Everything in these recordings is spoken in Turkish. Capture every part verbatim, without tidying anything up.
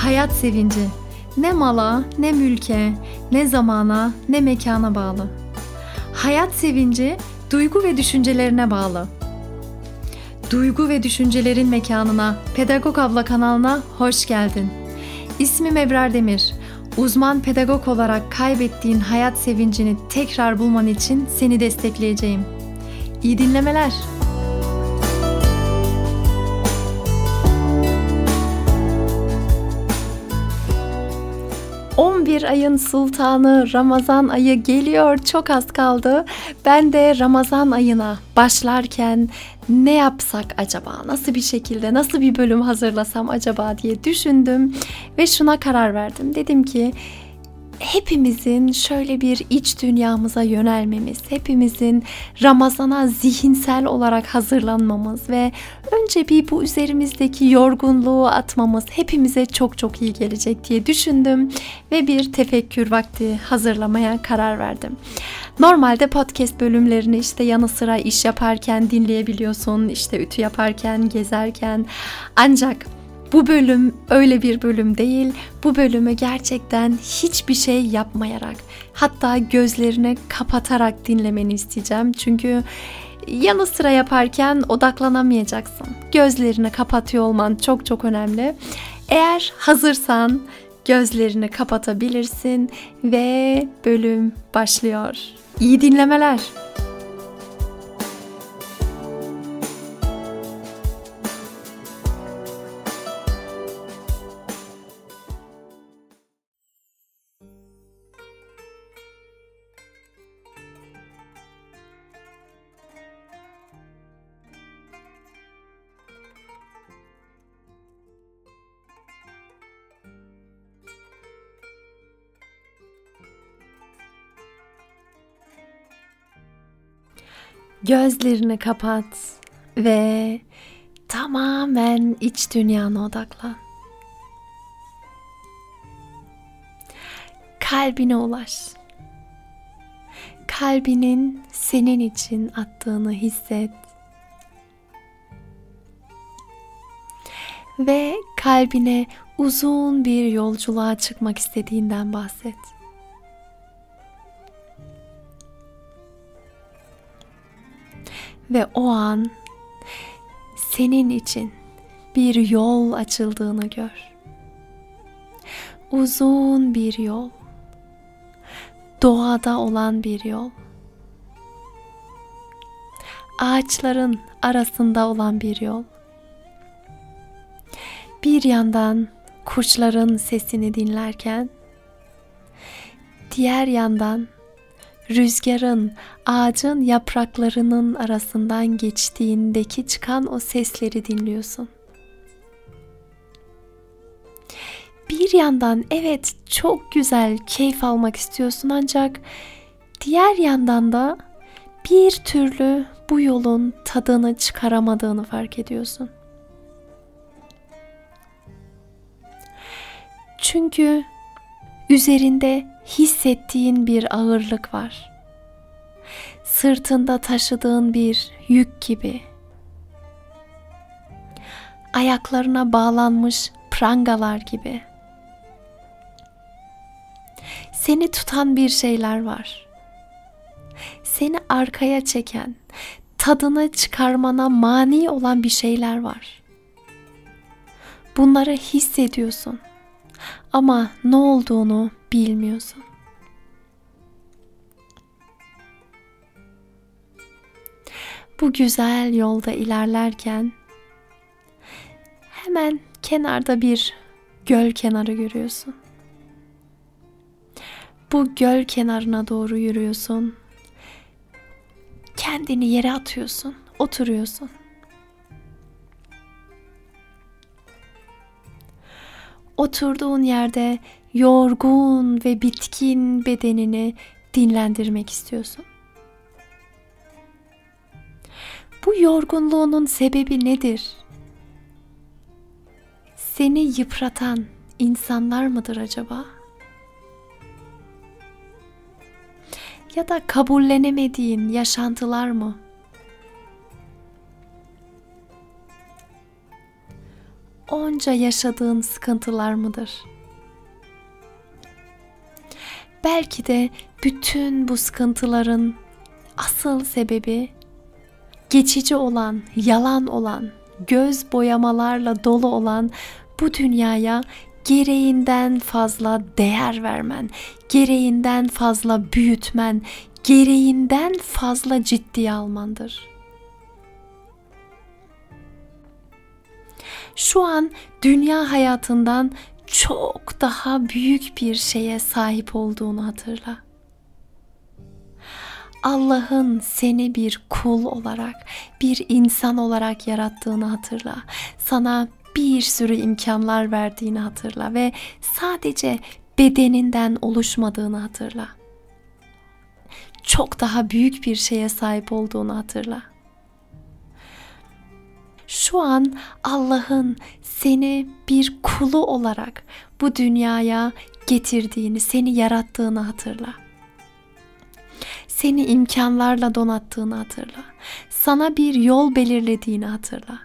Hayat sevinci ne mala, ne mülke, ne zamana, ne mekana bağlı. Hayat sevinci duygu ve düşüncelerine bağlı. Duygu ve düşüncelerin mekanına, Pedagog Abla kanalına hoş geldin. İsmim Ebrar Demir. Uzman pedagog olarak kaybettiğin hayat sevincini tekrar bulman için seni destekleyeceğim. İyi dinlemeler. on bir ayın sultanı Ramazan ayı geliyor, çok az kaldı. Ben de Ramazan ayına başlarken ne yapsak acaba, nasıl bir şekilde, nasıl bir bölüm hazırlasam acaba diye düşündüm ve şuna karar verdim. Dedim ki hepimizin şöyle bir iç dünyamıza yönelmemiz, hepimizin Ramazan'a zihinsel olarak hazırlanmamız ve önce bir bu üzerimizdeki yorgunluğu atmamız hepimize çok çok iyi gelecek diye düşündüm ve bir tefekkür vakti hazırlamaya karar verdim. Normalde podcast bölümlerini işte yanı sıra iş yaparken dinleyebiliyorsun, işte ütü yaparken, gezerken, ancak bu bölüm öyle bir bölüm değil. Bu bölümü gerçekten hiçbir şey yapmayarak, hatta gözlerini kapatarak dinlemeni isteyeceğim. Çünkü yanı sıra yaparken odaklanamayacaksın. Gözlerini kapatıyor olman çok çok önemli. Eğer hazırsan gözlerini kapatabilirsin ve bölüm başlıyor. İyi dinlemeler. Gözlerini kapat ve tamamen iç dünyana odaklan. Kalbine ulaş. Kalbinin senin için attığını hisset. Ve kalbine uzun bir yolculuğa çıkmak istediğinden bahset. Ve o an senin için bir yol açıldığını gör. Uzun bir yol. Doğada olan bir yol. Ağaçların arasında olan bir yol. Bir yandan kuşların sesini dinlerken, diğer yandan rüzgarın ağacın yapraklarının arasından geçtiğindeki çıkan o sesleri dinliyorsun. Bir yandan evet çok güzel keyif almak istiyorsun, ancak diğer yandan da bir türlü bu yolun tadını çıkaramadığını fark ediyorsun. Çünkü üzerinde hissettiğin bir ağırlık var. Sırtında taşıdığın bir yük gibi. Ayaklarına bağlanmış prangalar gibi. Seni tutan bir şeyler var. Seni arkaya çeken, tadını çıkarmana mani olan bir şeyler var. Bunları hissediyorsun. Ama ne olduğunu bilmiyorsun. Bu güzel yolda ilerlerken hemen kenarda bir göl kenarı görüyorsun. Bu göl kenarına doğru yürüyorsun. Kendini yere atıyorsun, oturuyorsun. Oturduğun yerde yorgun ve bitkin bedenini dinlendirmek istiyorsun. Bu yorgunluğunun sebebi nedir? Seni yıpratan insanlar mıdır acaba? Ya da kabullenemediğin yaşantılar mı? onca yaşadığın sıkıntılar mıdır? Belki de bütün bu sıkıntıların asıl sebebi geçici olan, yalan olan, göz boyamalarla dolu olan bu dünyaya gereğinden fazla değer vermen, gereğinden fazla büyütmen, gereğinden fazla ciddiye almandır. Şu an dünya hayatından çok daha büyük bir şeye sahip olduğunu hatırla. Allah'ın seni bir kul olarak, bir insan olarak yarattığını hatırla. Sana bir sürü imkanlar verdiğini hatırla ve sadece bedeninden oluşmadığını hatırla. Çok daha büyük bir şeye sahip olduğunu hatırla. Şu an Allah'ın seni bir kulu olarak bu dünyaya getirdiğini, seni yarattığını hatırla. Seni imkanlarla donattığını hatırla. Sana bir yol belirlediğini hatırla.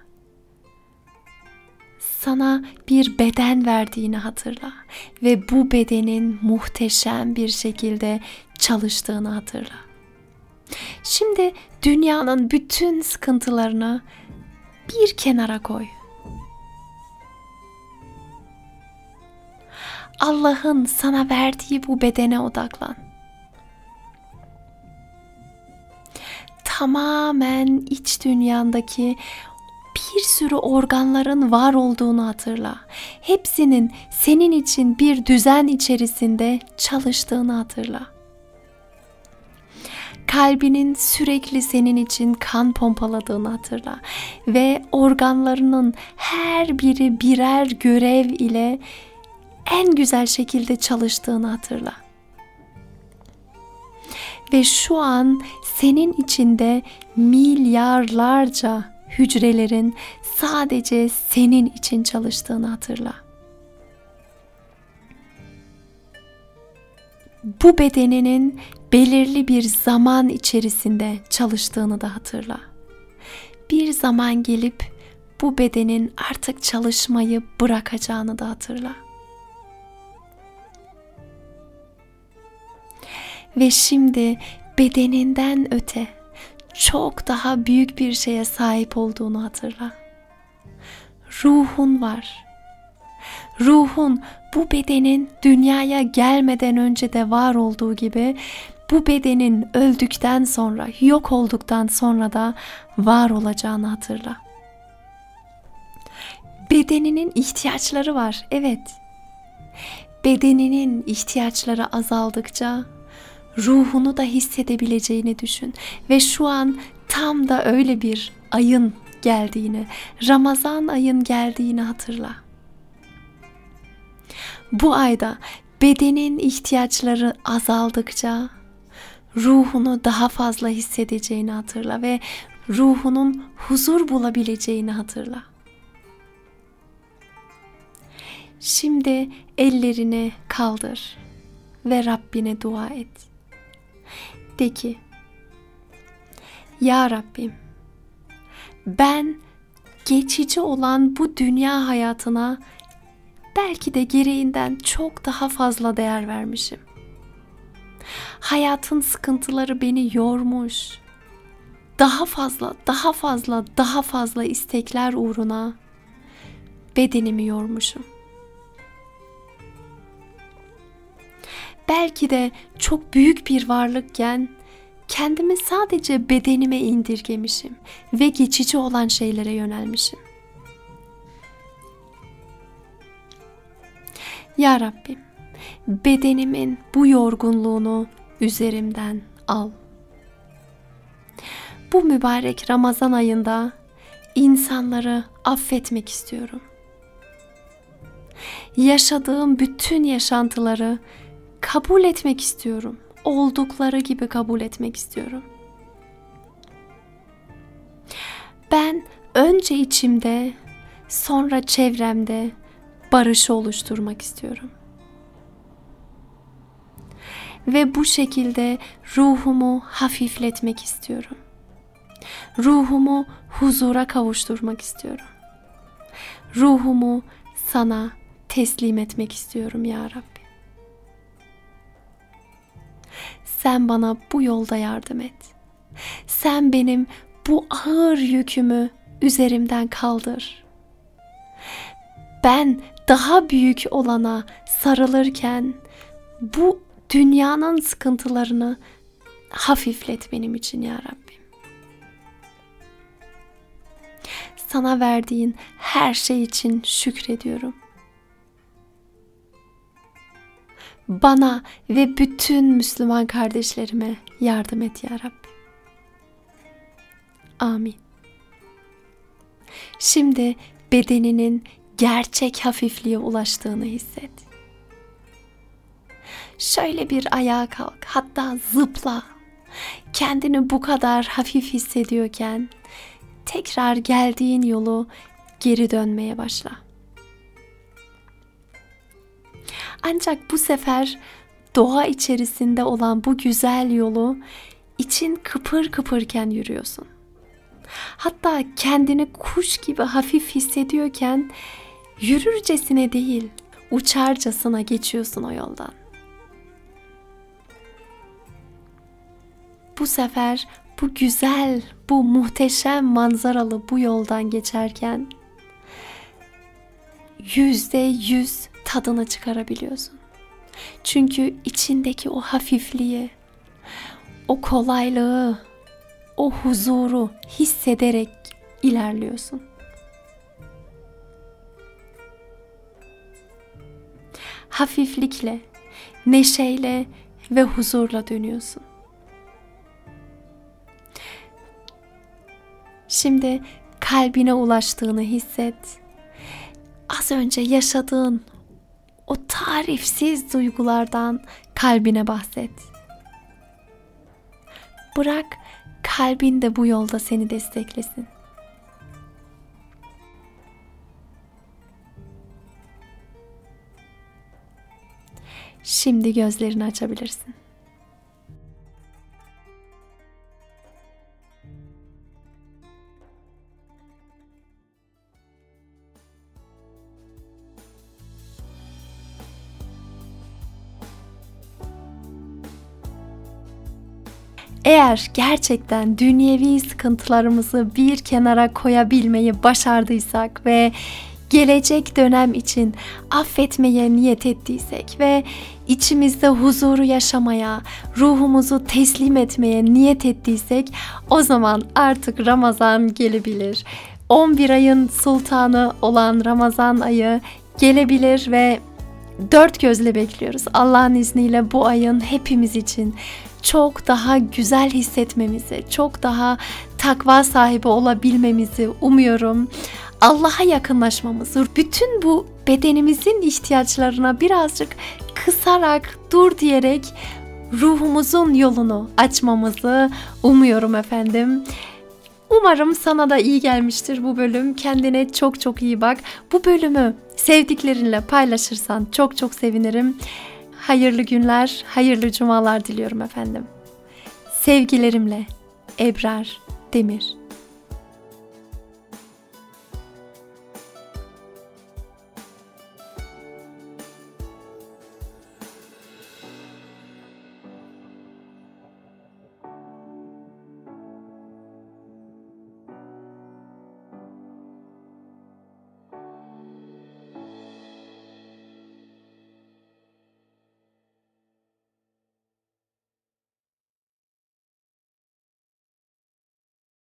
Sana bir beden verdiğini hatırla ve bu bedenin muhteşem bir şekilde çalıştığını hatırla. Şimdi dünyanın bütün sıkıntılarını bir kenara koy. Allah'ın sana verdiği bu bedene odaklan. Tamamen iç dünyandaki bir sürü organların var olduğunu hatırla. Hepsinin senin için bir düzen içerisinde çalıştığını hatırla. Kalbinin sürekli senin için kan pompaladığını hatırla ve organlarının her biri birer görev ile en güzel şekilde çalıştığını hatırla. Ve şu an senin içinde milyarlarca hücrelerin sadece senin için çalıştığını hatırla. Bu bedeninin belirli bir zaman içerisinde çalıştığını da hatırla. Bir zaman gelip bu bedenin artık çalışmayı bırakacağını da hatırla. Ve şimdi bedeninden öte çok daha büyük bir şeye sahip olduğunu hatırla. Ruhun var. Ruhun bu bedenin dünyaya gelmeden önce de var olduğu gibi bu bedenin öldükten sonra, yok olduktan sonra da var olacağını hatırla. Bedeninin ihtiyaçları var, evet. Bedeninin ihtiyaçları azaldıkça ruhunu da hissedebileceğini düşün ve şu an tam da öyle bir ayın geldiğini, Ramazan ayın geldiğini hatırla. Bu ayda bedenin ihtiyaçları azaldıkça ruhunu daha fazla hissedeceğini hatırla ve ruhunun huzur bulabileceğini hatırla. Şimdi ellerini kaldır ve Rabbine dua et. De ki, Ya Rabbim, ben geçici olan bu dünya hayatına belki de gereğinden çok daha fazla değer vermişim. Hayatın sıkıntıları beni yormuş. Daha fazla, daha fazla, daha fazla istekler uğruna bedenimi yormuşum. Belki de çok büyük bir varlıkken kendimi sadece bedenime indirgemişim ve geçici olan şeylere yönelmişim. Ya Rabbim, bedenimin bu yorgunluğunu üzerimden al. Bu mübarek Ramazan ayında insanları affetmek istiyorum. Yaşadığım bütün yaşantıları kabul etmek istiyorum. Oldukları gibi kabul etmek istiyorum. Ben önce içimde, sonra çevremde barışı oluşturmak istiyorum. Ve bu şekilde ruhumu hafifletmek istiyorum. Ruhumu huzura kavuşturmak istiyorum. ruhumu sana teslim etmek istiyorum ya Rabbi. Sen bana bu yolda yardım et. Sen benim bu ağır yükümü üzerimden kaldır. Ben daha büyük olana sarılırken bu dünyanın sıkıntılarını hafiflet benim için ya Rabbim. Sana verdiğin her şey için şükrediyorum. Bana ve bütün Müslüman kardeşlerime yardım et ya Rabbi. Amin. Şimdi bedeninin gerçek hafifliğe ulaştığını hisset. Şöyle bir ayağa kalk, hatta zıpla. Kendini bu kadar hafif hissediyorken tekrar geldiğin yolu geri dönmeye başla. Ancak bu sefer doğa içerisinde olan bu güzel yolu için kıpır kıpırken yürüyorsun. Hatta kendini kuş gibi hafif hissediyorken yürürcesine değil, uçarcasına geçiyorsun o yoldan. Bu sefer bu güzel, bu muhteşem manzaralı bu yoldan geçerken yüzde yüz tadını çıkarabiliyorsun. Çünkü içindeki o hafifliği, o kolaylığı, o huzuru hissederek ilerliyorsun. Hafiflikle, neşeyle ve huzurla dönüyorsun. Şimdi kalbine ulaştığını hisset. Az önce yaşadığın o tarifsiz duygulardan kalbine bahset. Bırak kalbin de bu yolda seni desteklesin. Şimdi gözlerini açabilirsin. Eğer gerçekten dünyevi sıkıntılarımızı bir kenara koyabilmeyi başardıysak ve gelecek dönem için affetmeye niyet ettiysek ve içimizde huzuru yaşamaya, ruhumuzu teslim etmeye niyet ettiysek, o zaman artık Ramazan gelebilir. on bir ayın sultanı olan Ramazan ayı gelebilir ve dört gözle bekliyoruz. Allah'ın izniyle bu ayın hepimiz için çok daha güzel hissetmemizi, çok daha takva sahibi olabilmemizi umuyorum. Allah'a yakınlaşmamızı, bütün bu bedenimizin ihtiyaçlarına birazcık kısarak, dur diyerek ruhumuzun yolunu açmamızı umuyorum efendim. Umarım sana da iyi gelmiştir bu bölüm. Kendine çok çok iyi bak. Bu bölümü sevdiklerinle paylaşırsan çok çok sevinirim. Hayırlı günler, hayırlı cumalar diliyorum efendim. Sevgilerimle Ebrar Demir.